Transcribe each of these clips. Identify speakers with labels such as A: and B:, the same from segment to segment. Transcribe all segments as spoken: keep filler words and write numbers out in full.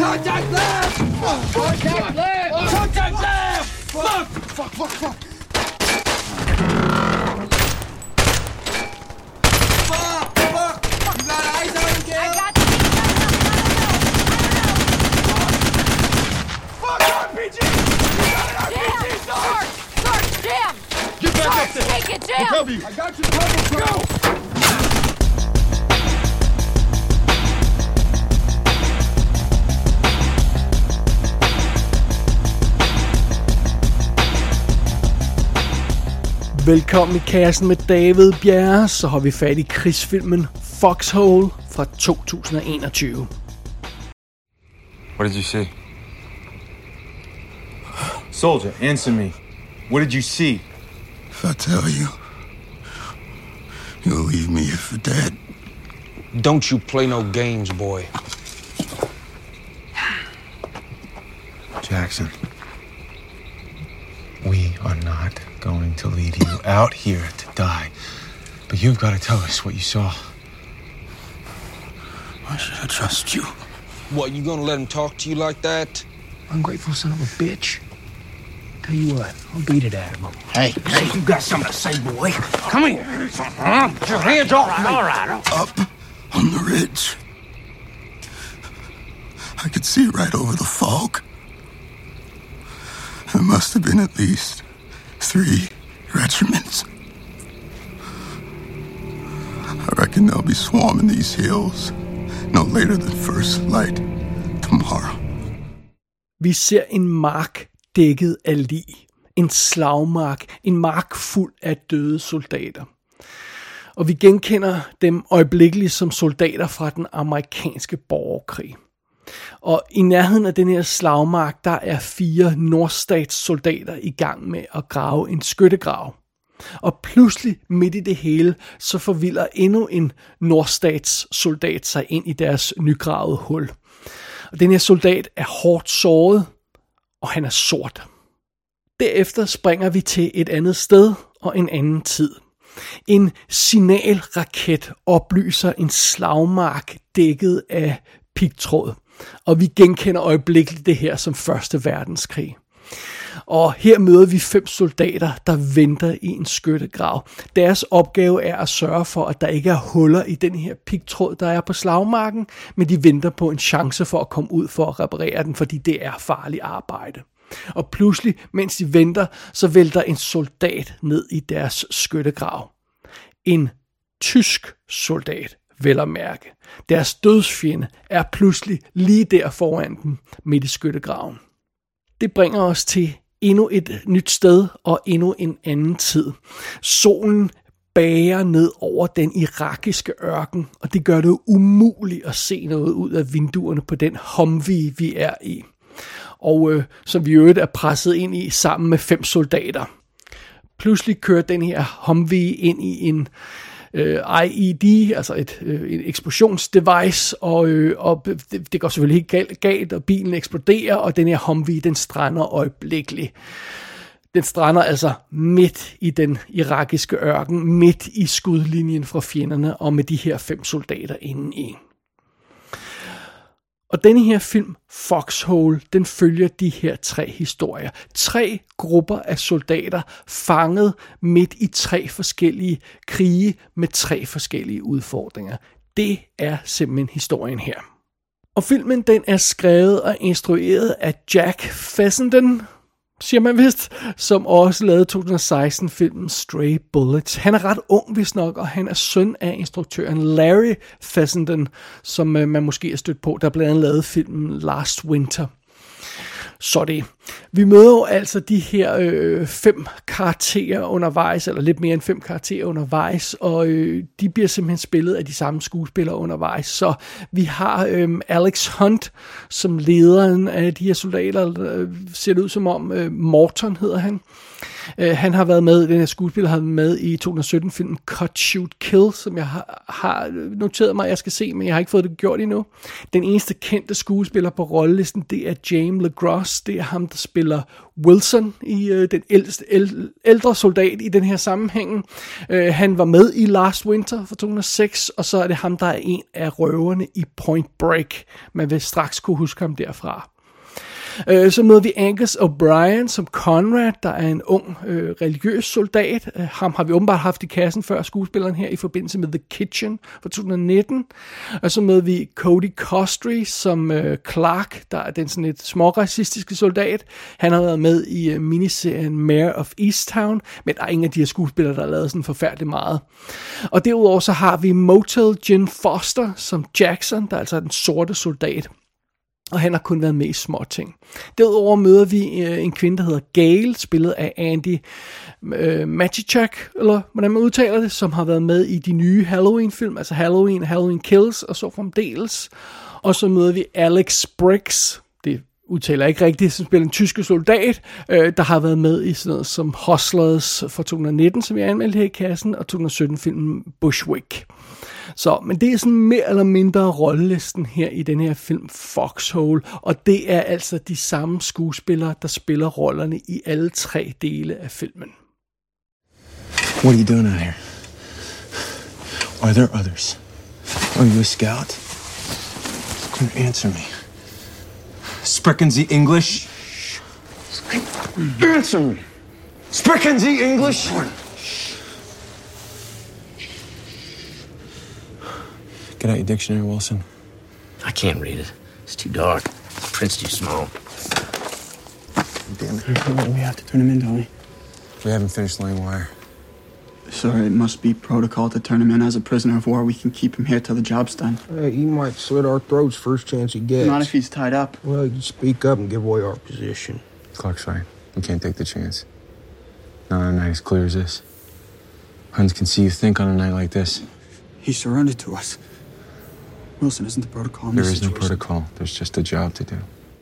A: Contact left! Contact left! Contact left! Fuck! Fuck, fuck, fuck! Fuck! Fuck! You got eyes on him, Gail?
B: I got you.
A: Fuck R P G! You got an R P G, Sarge!
B: Sarge, jam!
A: Get back
B: Sarge,
A: up there!
B: take it, jam!
A: I'll cover you! I got you covered, go!
C: Velkommen i kassen med David Bjerre, så har vi fat i krigsfilmen Foxhole fra to tusind og enogtyve.
D: What did you see? Soldier, answer me. What did you see?
E: If I tell you, you'll leave me for dead.
F: Don't you play no games, boy.
D: Jackson, we are not going to lead you out here to die. But you've got to tell us what you saw.
E: Why should I trust you?
F: What, you gonna let him talk to you like that?
C: Ungrateful son of a bitch. Tell you what, I'll beat it out of him.
E: Hey, hey, you got something to say, boy? Come here. Huh? Get your hands off me. All right. Up on the ridge, I could see right over the fog. There must have been at least three regiments. I reckon they'll be swarming these hills no later than first light tomorrow.
C: Vi ser en mark dækket af lig. En slagmark. En mark fuld af døde soldater. Og vi genkender dem øjeblikkeligt som soldater fra den amerikanske borgerkrig. Og i nærheden af den her slagmark, der er fire nordstatssoldater i gang med at grave en skyttegrav. Og pludselig midt i det hele, så forvilder endnu en nordstatssoldat sig ind i deres nygravede hul. Og den her soldat er hårdt såret, og han er sort. Derefter springer vi til et andet sted og en anden tid. En signalraket oplyser en slagmark dækket af pigtråd. Og vi genkender øjeblikkeligt det her som Første Verdenskrig. Og her møder vi fem soldater, der venter i en skyttegrav. Deres opgave er at sørge for, at der ikke er huller i den her pigtråd, der er på slagmarken, men de venter på en chance for at komme ud for at reparere den, fordi det er farligt arbejde. Og pludselig, mens de venter, så vælter en soldat ned i deres skyttegrav. En tysk soldat, vel at mærke. Deres dødsfjende er pludselig lige der foran dem, midt i skyttegraven. Det bringer os til endnu et nyt sted og endnu en anden tid. Solen bager ned over den irakiske ørken, og det gør det umuligt at se noget ud af vinduerne på den Humvee, vi er i. Og øh, som vi øvrigt er presset ind i sammen med fem soldater. Pludselig kører den her Humvee ind i en øh, I E D, altså et, øh, et eksplosionsdevice, og, øh, og det, det går selvfølgelig helt galt, galt, og bilen eksploderer, og den her Humvee, den strander øjeblikkeligt. Den strander altså midt i den irakiske ørken, midt i skudlinjen fra fjenderne, og med de her fem soldater indeni. Og denne her film, Foxhole, den følger de her tre historier. Tre grupper af soldater fanget midt i tre forskellige krige med tre forskellige udfordringer. Det er simpelthen historien her. Og filmen, den er skrevet og instrueret af Jack Fessenden, siger man vist, som også lavede to tusind og seksten filmen Stray Bullets. Han er ret ung vist nok, og han er søn af instruktøren Larry Fessenden, som øh, man måske har stødt på, der blandt andet lavede filmen Last Winter. Så det. Vi møder jo altså de her øh, fem karakterer undervejs, eller lidt mere end fem karakterer undervejs, og øh, de bliver simpelthen spillet af de samme skuespillere undervejs. Så vi har øh, Alex Hunt som lederen af de her soldater, øh, ser det ud som om, øh, Morton hedder han. Uh, han har været med, den her skuespiller har været med i to tusind og sytten filmen Cut, Shoot, Kill, som jeg har, har noteret mig, jeg skal se, men jeg har ikke fået det gjort endnu. Den eneste kendte skuespiller på rollelisten, det er James LaGrosse. Det er ham, der spiller Wilson, i øh, den ældste, ældre soldat i den her sammenhæng. Øh, han var med i Last Winter fra to tusind og seks, og så er det ham, der er en af røverne i Point Break. Man vil straks kunne huske ham derfra. Øh, så møder vi Angus O'Brien som Conrad, der er en ung øh, religiøs soldat. Øh, ham har vi åbenbart haft i kassen før, skuespilleren her, i forbindelse med The Kitchen fra to tusind og nitten. Og så møder vi Cody Costry som øh, Clark, der er den sådan lidt småracistiske soldat. Han har været med i øh, miniserien Mayor of Easttown, men der er ingen af de her skuespillere, der har lavet sådan forfærdeligt meget. Og derudover så har vi Motel Jim Foster som Jackson, der er altså den sorte soldat. Og han har kun været med i små ting. Derudover møder vi øh, en kvinde, der hedder Gail, spillet af Andy øh, Matichak, eller hvordan man udtaler det, som har været med i de nye Halloween-film, altså Halloween, Halloween Kills og så fremdeles. Og så møder vi Alex Briggs, det udtaler jeg ikke rigtigt, som spiller en tyske soldat, øh, der har været med i sådan noget som Hustlers fra to tusind og nitten, som jeg anmeldte her i kassen, og to tusind og sytten-filmen Bushwick. Så, men det er sådan mere eller mindre rollelisten her i den her film Foxhole, og det er altså de samme skuespillere, der spiller rollerne i alle tre dele af filmen.
D: What are you doing out here? Are there others? Are you a scout? Come answer me. Sprechen Sie English? Answer me. Sprechen Sie English? Get out your dictionary, Wilson.
E: I can't read it. It's too dark. The print's too small.
D: Damn it.
B: We have to turn him in, don't we?
D: We haven't finished laying wire.
B: Sorry, it must be protocol to turn him in as a prisoner of war. We can keep him here till the job's done.
F: Hey, he might slit our throats first chance he gets.
B: Not if he's tied up.
F: Well, you speak up and give away our position.
D: Clark's right. We can't take the chance. Not on a night as clear as this. Huns can see you think on a night like this.
B: He surrendered to us. Wilson, isn't the protocol in
D: There
B: this
D: is no
B: situation?
D: protocol. There's just a job to do.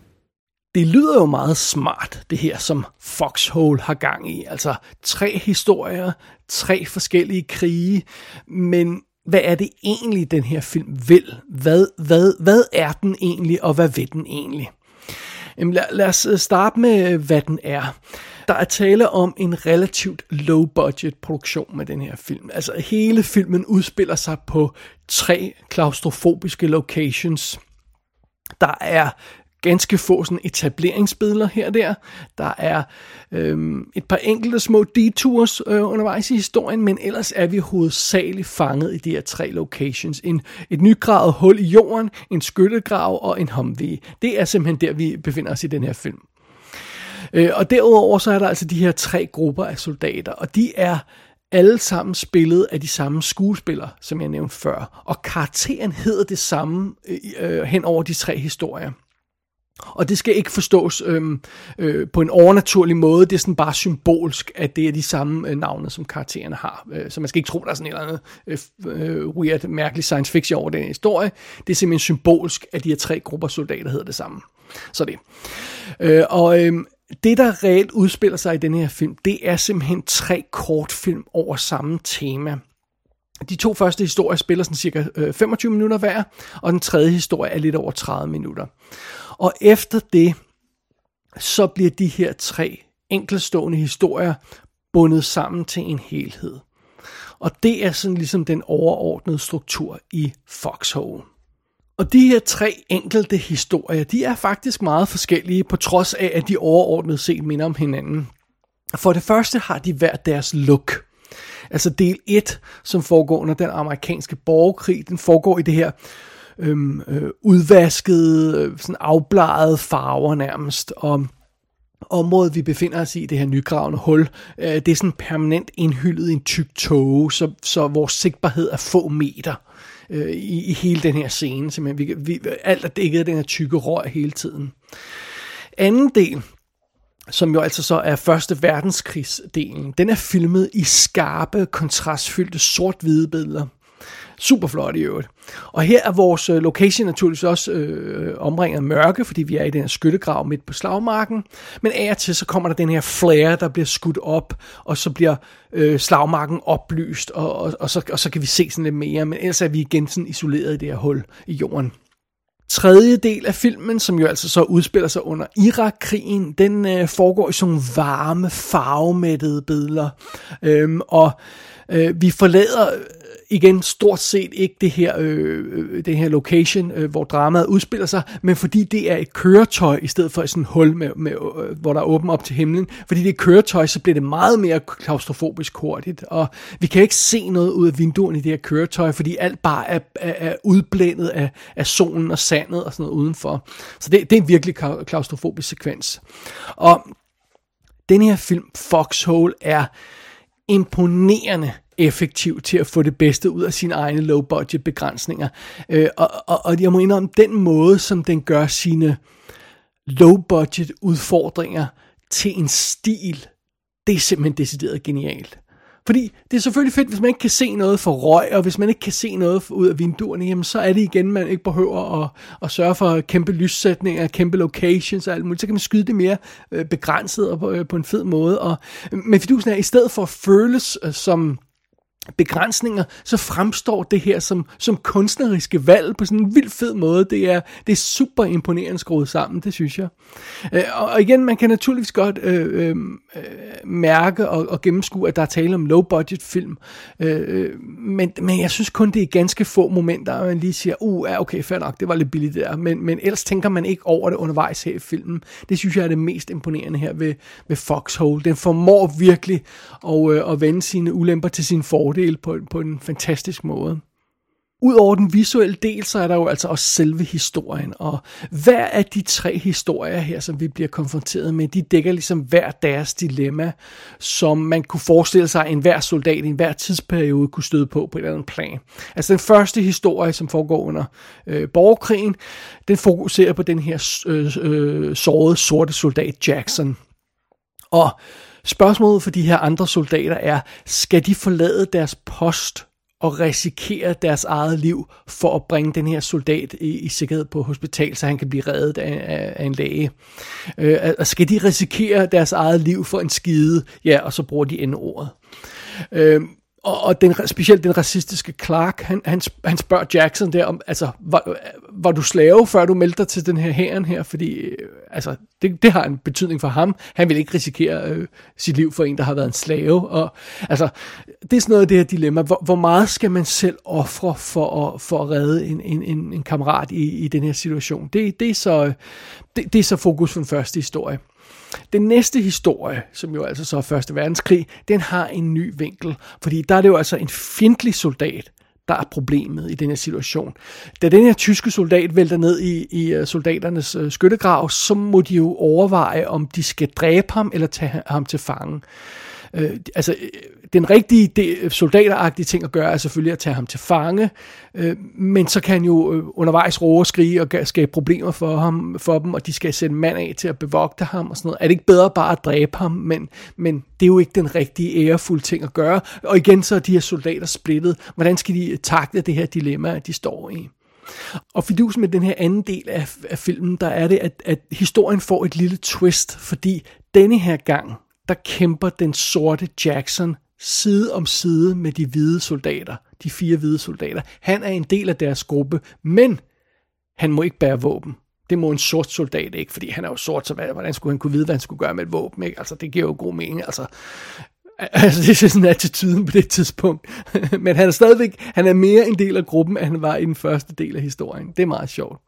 C: Det lyder jo meget smart, det her, som Foxhole har gang i. Altså tre historier, tre forskellige krige, men hvad er det egentlig, den her film vil? Hvad, hvad, hvad er den egentlig, og hvad vil den egentlig? Jamen, lad, lad os starte med, hvad den er. Der er tale om en relativt low-budget produktion med den her film. Altså hele filmen udspiller sig på tre klaustrofobiske locations. Der er ganske få sådan etableringsbilleder her og der. Der er øhm, et par enkelte små detours øh, undervejs i historien, men ellers er vi hovedsageligt fanget i de her tre locations. En, et nygravet hul i jorden, en skyttegrav og en Humvee. Det er simpelthen der, vi befinder os i den her film. Øh, og derudover så er der altså de her tre grupper af soldater, og de er alle sammen spillet af de samme skuespillere, som jeg nævnte før. Og karakteren hedder det samme øh, hen over de tre historier. Og det skal ikke forstås øh, øh, på en overnaturlig måde. Det er sådan bare symbolsk, at det er de samme øh, navne, som karaktererne har. Øh, så man skal ikke tro, der er sådan et eller andet øh, weird, mærkelig science fiction over den historie. Det er simpelthen symbolsk, at de her tre grupper soldater hedder det samme. Så det. Øh, og øh, det, der reelt udspiller sig i den her film, det er simpelthen tre kortfilm over samme tema. De to første historier spiller sådan cirka femogtyve minutter hver, og den tredje historie er lidt over tredive minutter. Og efter det, så bliver de her tre enkeltstående historier bundet sammen til en helhed. Og det er sådan ligesom den overordnede struktur i Foxhole. Og de her tre enkelte historier, de er faktisk meget forskellige, på trods af, at de overordnet set minder om hinanden. For det første har de hver deres look. Altså del et, som foregår under den amerikanske borgerkrig, den foregår i det her øhm, øh, udvaskede, øh, sådan afbladede farver nærmest, og området, vi befinder os i, det her nygravende hul, øh, det er sådan permanent indhyllet i en tyk tåge, så, så vores sigtbarhed er få meter øh, i, i hele den her scene. Simpelthen. Vi, vi, alt er dækket af den her tykke røg hele tiden. Anden del, som jo altså så er første verdenskrigsdelen, den er filmet i skarpe, kontrastfyldte sort-hvide billeder. Super flot i øvrigt. Og her er vores location naturligvis også øh, omringet af mørke, fordi vi er i den her skyttegrav midt på slagmarken. Men af og til så kommer der den her flare, der bliver skudt op, og så bliver øh, slagmarken oplyst, og, og, og, så, og så kan vi se sådan lidt mere. Men ellers er vi igen sådan isoleret i det her hul i jorden. Tredje del af filmen, som jo altså så udspiller sig under Irak-krigen, den øh, foregår i sådan nogle varme, farvemættede billeder. Øhm, og øh, vi forlader igen stort set ikke det her, øh, det her location, øh, hvor dramaet udspiller sig, men fordi det er et køretøj, i stedet for sådan et hul, med, med, øh, hvor der er åbent op til himlen. Fordi det er køretøj, så bliver det meget mere klaustrofobisk hurtigt, og vi kan ikke se noget ud af vinduerne i det her køretøj, fordi alt bare er, er, er udblændet af, af solen og sandet og sådan noget udenfor. Så det, det er en virkelig klaustrofobisk sekvens. Og den her film, Foxhole, er imponerende effektiv til at få det bedste ud af sine egne low-budget begrænsninger. Øh, og, og, og jeg må indrømme, den måde, som den gør sine low-budget udfordringer til en stil, det er simpelthen decideret genialt. Fordi det er selvfølgelig fedt, hvis man ikke kan se noget for røg, og hvis man ikke kan se noget ud af vinduerne, jamen så er det igen, man ikke behøver at, at sørge for kæmpe lyssætninger, kæmpe locations og alt muligt. Så kan man skyde det mere øh, begrænset og på, øh, på en fed måde. Og, men fidusen er, i stedet for at føles øh, som begrænsninger, så fremstår det her som, som kunstneriske valg på sådan en vild fed måde. Det er, det er super imponerende skruet sammen, det synes jeg. Øh, og igen, man kan naturligvis godt øh, øh, mærke og, og gennemskue, at der er tale om low-budget film. Øh, men, men jeg synes kun, det er ganske få momenter, at man lige siger, uh, ja, okay, fair nok, det var lidt billigt der. Men, men ellers tænker man ikke over det undervejs her i filmen. Det synes jeg er det mest imponerende her ved, ved Foxhole. Den formår virkelig at, øh, at vende sine ulemper til sin fordel På, på en fantastisk måde. Udover den visuelle del, så er der jo altså også selve historien, og hver af de tre historier her, som vi bliver konfronteret med, de dækker ligesom hver deres dilemma, som man kunne forestille sig, en hver soldat i en hver tidsperiode kunne støde på på et eller andet plan. Altså den første historie, som foregår under øh, borgerkrigen, den fokuserer på den her øh, øh, sårede sorte soldat Jackson. Og spørgsmålet for de her andre soldater er, skal de forlade deres post og risikere deres eget liv for at bringe den her soldat i, i sikkerhed på hospital, så han kan blive reddet af, af, af en læge? Øh, skal de risikere deres eget liv for en skide? Ja, og så bruger de N-ordet. Øh, Og, og den, specielt den racistiske Clark, han, han, han spørger Jackson der om, altså, var, var du slave, før du meldte dig til den her hæren her? Fordi, øh, altså, det, det har en betydning for ham. Han vil ikke risikere øh, sit liv for en, der har været en slave. Og, altså, det er sådan noget af det her dilemma. Hvor, hvor meget skal man selv ofre for at, for at redde en, en, en, en kammerat i, i den her situation? Det, det, er så, det, det er så fokus for den første historie. Den næste historie, som jo altså så er første verdenskrig, den har en ny vinkel, fordi der er det jo altså en fjendtlig soldat, der er problemet i den her situation. Da den her tyske soldat vælter ned i, i soldaternes uh, skyttegrav, så må de jo overveje, om de skal dræbe ham eller tage ham til fange. Øh, altså, den rigtige det, soldateragtige ting at gøre er selvfølgelig at tage ham til fange, øh, men så kan han jo øh, undervejs råbe og skrige og skabe problemer for, ham, for dem, og de skal sætte en mand af til at bevogte ham og sådan noget. Er det ikke bedre bare at dræbe ham? Men, men det er jo ikke den rigtige ærefulde ting at gøre. Og igen så er de her soldater splittet. Hvordan skal de takle det her dilemma, de står i? Og fidusen med den her anden del af, af filmen, der er det, at, at historien får et lille twist, fordi denne her gang, der kæmper den sorte Jackson side om side med de hvide soldater, de fire hvide soldater. Han er en del af deres gruppe, men han må ikke bære våben. Det må en sort soldat ikke, fordi han er jo sort, så hvordan skulle han kunne vide, hvad han skulle gøre med et våben? Ikke? Altså, det giver jo god mening. Altså, altså det er sådan attituden på det tidspunkt. Men han er stadigvæk, han er mere en del af gruppen, end han var i den første del af historien. Det er meget sjovt.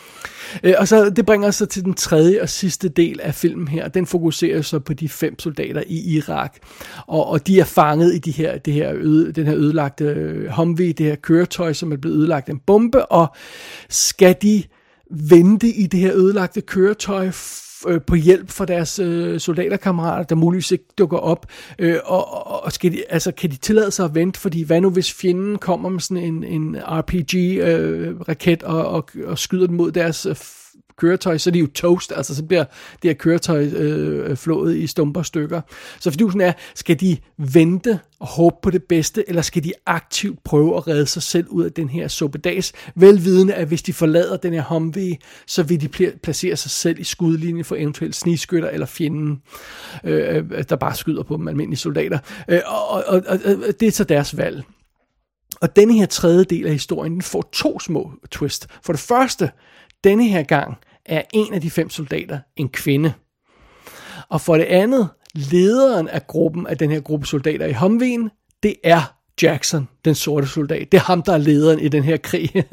C: Og så det bringer os så til den tredje og sidste del af filmen her. Den fokuserer så på de fem soldater i Irak, og, og de er fanget i de her, det her øde, den her ødelagte Humvee, det her køretøj, som er blevet ødelagt af en bombe, og skal de vente i det her ødelagte køretøj på hjælp fra deres øh, soldaterkammerater, der muligvis ikke dukker op, øh, og, og skal de, altså, kan de tillade sig at vente, fordi hvad nu hvis fjenden kommer med sådan en, en R P G-raket øh, og, og, og skyder den mod deres øh, køretøj, så er de jo toast, altså så bliver det her køretøj øh, flået i stumper stykker. Så fidusen er, skal de vente og håbe på det bedste, eller skal de aktivt prøve at redde sig selv ud af den her suppedas, velvidende, at hvis de forlader den her Humvee, så vil de placere sig selv i skudlinjen for eventuelt snigskytter eller fjenden, øh, der bare skyder på dem, almindelige soldater. Øh, og, og, og, og det er så deres valg. Og denne her tredje del af historien, den får to små twist. For det første, denne her gang er en af de fem soldater en kvinde. Og for det andet, lederen af gruppen, af den her gruppe soldater i Humvee'en, det er Jackson, den sorte soldat. Det er ham, der er lederen i den her krig.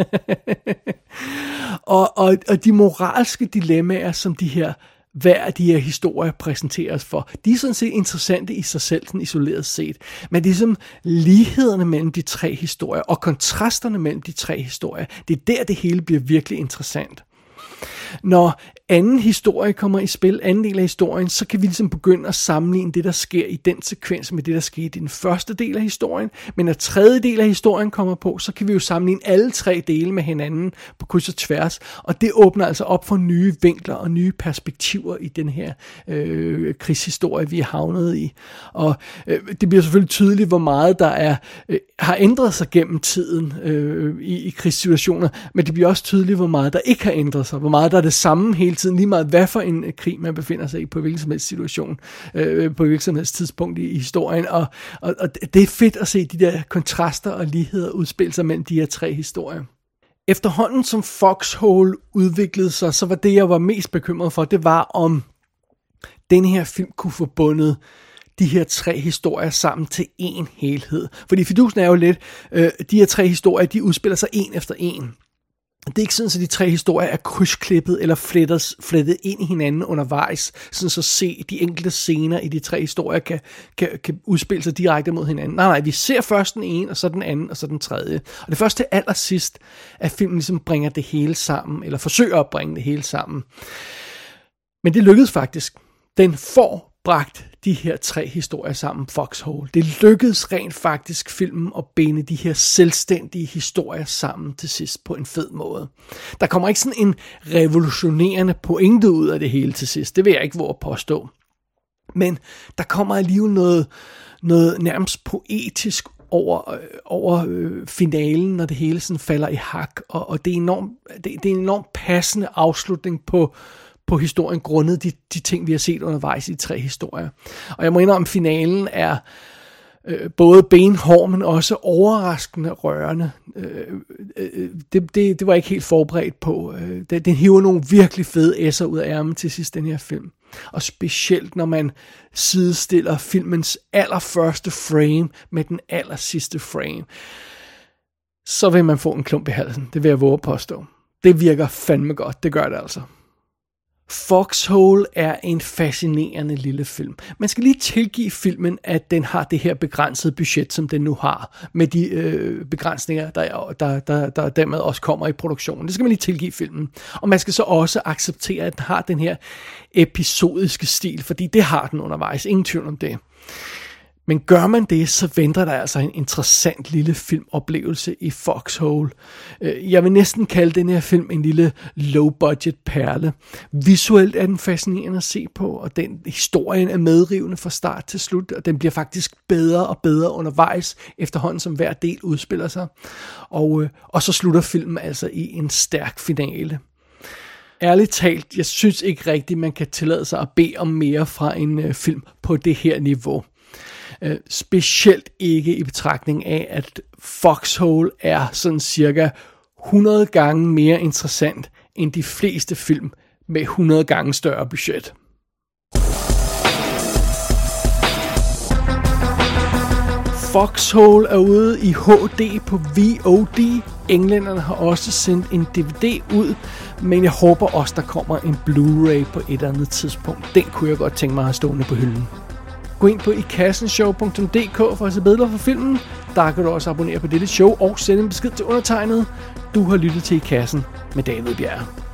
C: og, og, og de moralske dilemmaer, som de her, hver af de her historier præsenteres for, de er sådan set interessante i sig selv, sådan isoleret set. Men det er som lighederne mellem de tre historier, og kontrasterne mellem de tre historier, det er der, det hele bliver virkelig interessant. Når anden historie kommer i spil, anden del af historien, så kan vi ligesom begynde at sammenligne det, der sker i den sekvens med det, der skete i den første del af historien. Men når tredje del af historien kommer på, så kan vi jo sammenligne alle tre dele med hinanden på kryds og tværs. Og det åbner altså op for nye vinkler og nye perspektiver i den her øh, krigshistorie, vi er havnet i. Og øh, det bliver selvfølgelig tydeligt, hvor meget der er øh, har ændret sig gennem tiden øh, i, i krigssituationer, men det bliver også tydeligt, hvor meget der ikke har ændret sig, hvor meget der er det samme hele tiden, lige meget hvad for en krig man befinder sig i på hvilken som helst situation, øh, på hvilken som helst tidspunkt i, i historien, og, og, og det er fedt at se de der kontraster og ligheder udspille sig mellem de her tre historier. Efterhånden som Foxhole udviklede sig, så var det, jeg var mest bekymret for, det var om den her film kunne få bundet de her tre historier sammen til én helhed. Fordi fidusen er jo lidt, øh, de her tre historier, de udspiller sig en efter en. Det er ikke sådan, at de tre historier er krydsklippet eller flettet, flettet ind i hinanden undervejs, sådan så se de enkelte scener i de tre historier kan, kan, kan udspille sig direkte mod hinanden. Nej, nej, vi ser først den ene, og så den anden, og så den tredje. Og det første til allersidst, at filmen ligesom bringer det hele sammen, eller forsøger at bringe det hele sammen. Men det lykkedes faktisk. Den får bragt de her tre historier sammen, Foxhole. Det lykkedes rent faktisk filmen at binde de her selvstændige historier sammen til sidst på en fed måde. Der kommer ikke sådan en revolutionerende pointe ud af det hele til sidst. Det vil jeg ikke våge at påstå. Men der kommer alligevel noget, noget nærmest poetisk over, over øh, finalen, når det hele sådan falder i hak. Og, og det, er enormt, det, det er en enormt passende afslutning på på historien, grundet de, de ting, vi har set undervejs i de tre historier. Og jeg må indrømme, at finalen er øh, både benhård, men også overraskende rørende. Øh, øh, det, det, det var jeg ikke helt forberedt på. Øh, det, den hiver nogle virkelig fede esser ud af ærmen til sidst, den her film. Og specielt, når man sidestiller filmens allerførste frame med den allersidste frame, så vil man få en klump i halsen. Det vil jeg våge at påstå. Det virker fandme godt. Det gør det altså. Foxhole er en fascinerende lille film. Man skal lige tilgive filmen, at den har det her begrænsede budget, som den nu har, med de øh, begrænsninger, der, der, der, der dermed også kommer i produktionen. Det skal man lige tilgive filmen. Og man skal så også acceptere, at den har den her episodiske stil, fordi det har den undervejs. Ingen tvivl om det. Men gør man det, så venter der altså en interessant lille filmoplevelse i Foxhole. Jeg vil næsten kalde den her film en lille low-budget perle. Visuelt er den fascinerende at se på, og den historien er medrivende fra start til slut, og den bliver faktisk bedre og bedre undervejs, efterhånden som hver del udspiller sig. Og, og så slutter filmen altså i en stærk finale. Ærligt talt, jeg synes ikke rigtigt, man kan tillade sig at bede om mere fra en film på det her niveau. Uh, specielt ikke i betragtning af, at Foxhole er sådan cirka hundrede gange mere interessant end de fleste film med hundrede gange større budget. Foxhole er ude i H D på V O D. Englænderne har også sendt en D V D ud, men jeg håber også, der kommer en Blu-ray på et eller andet tidspunkt. Den kunne jeg godt tænke mig at have stående på hylden. Gå ind på i kassen show punktum d k for at se billeder fra filmen. Der kan du også abonnere på dette show og sende en besked til undertegnet. Du har lyttet til I Kassen med David Bjerre.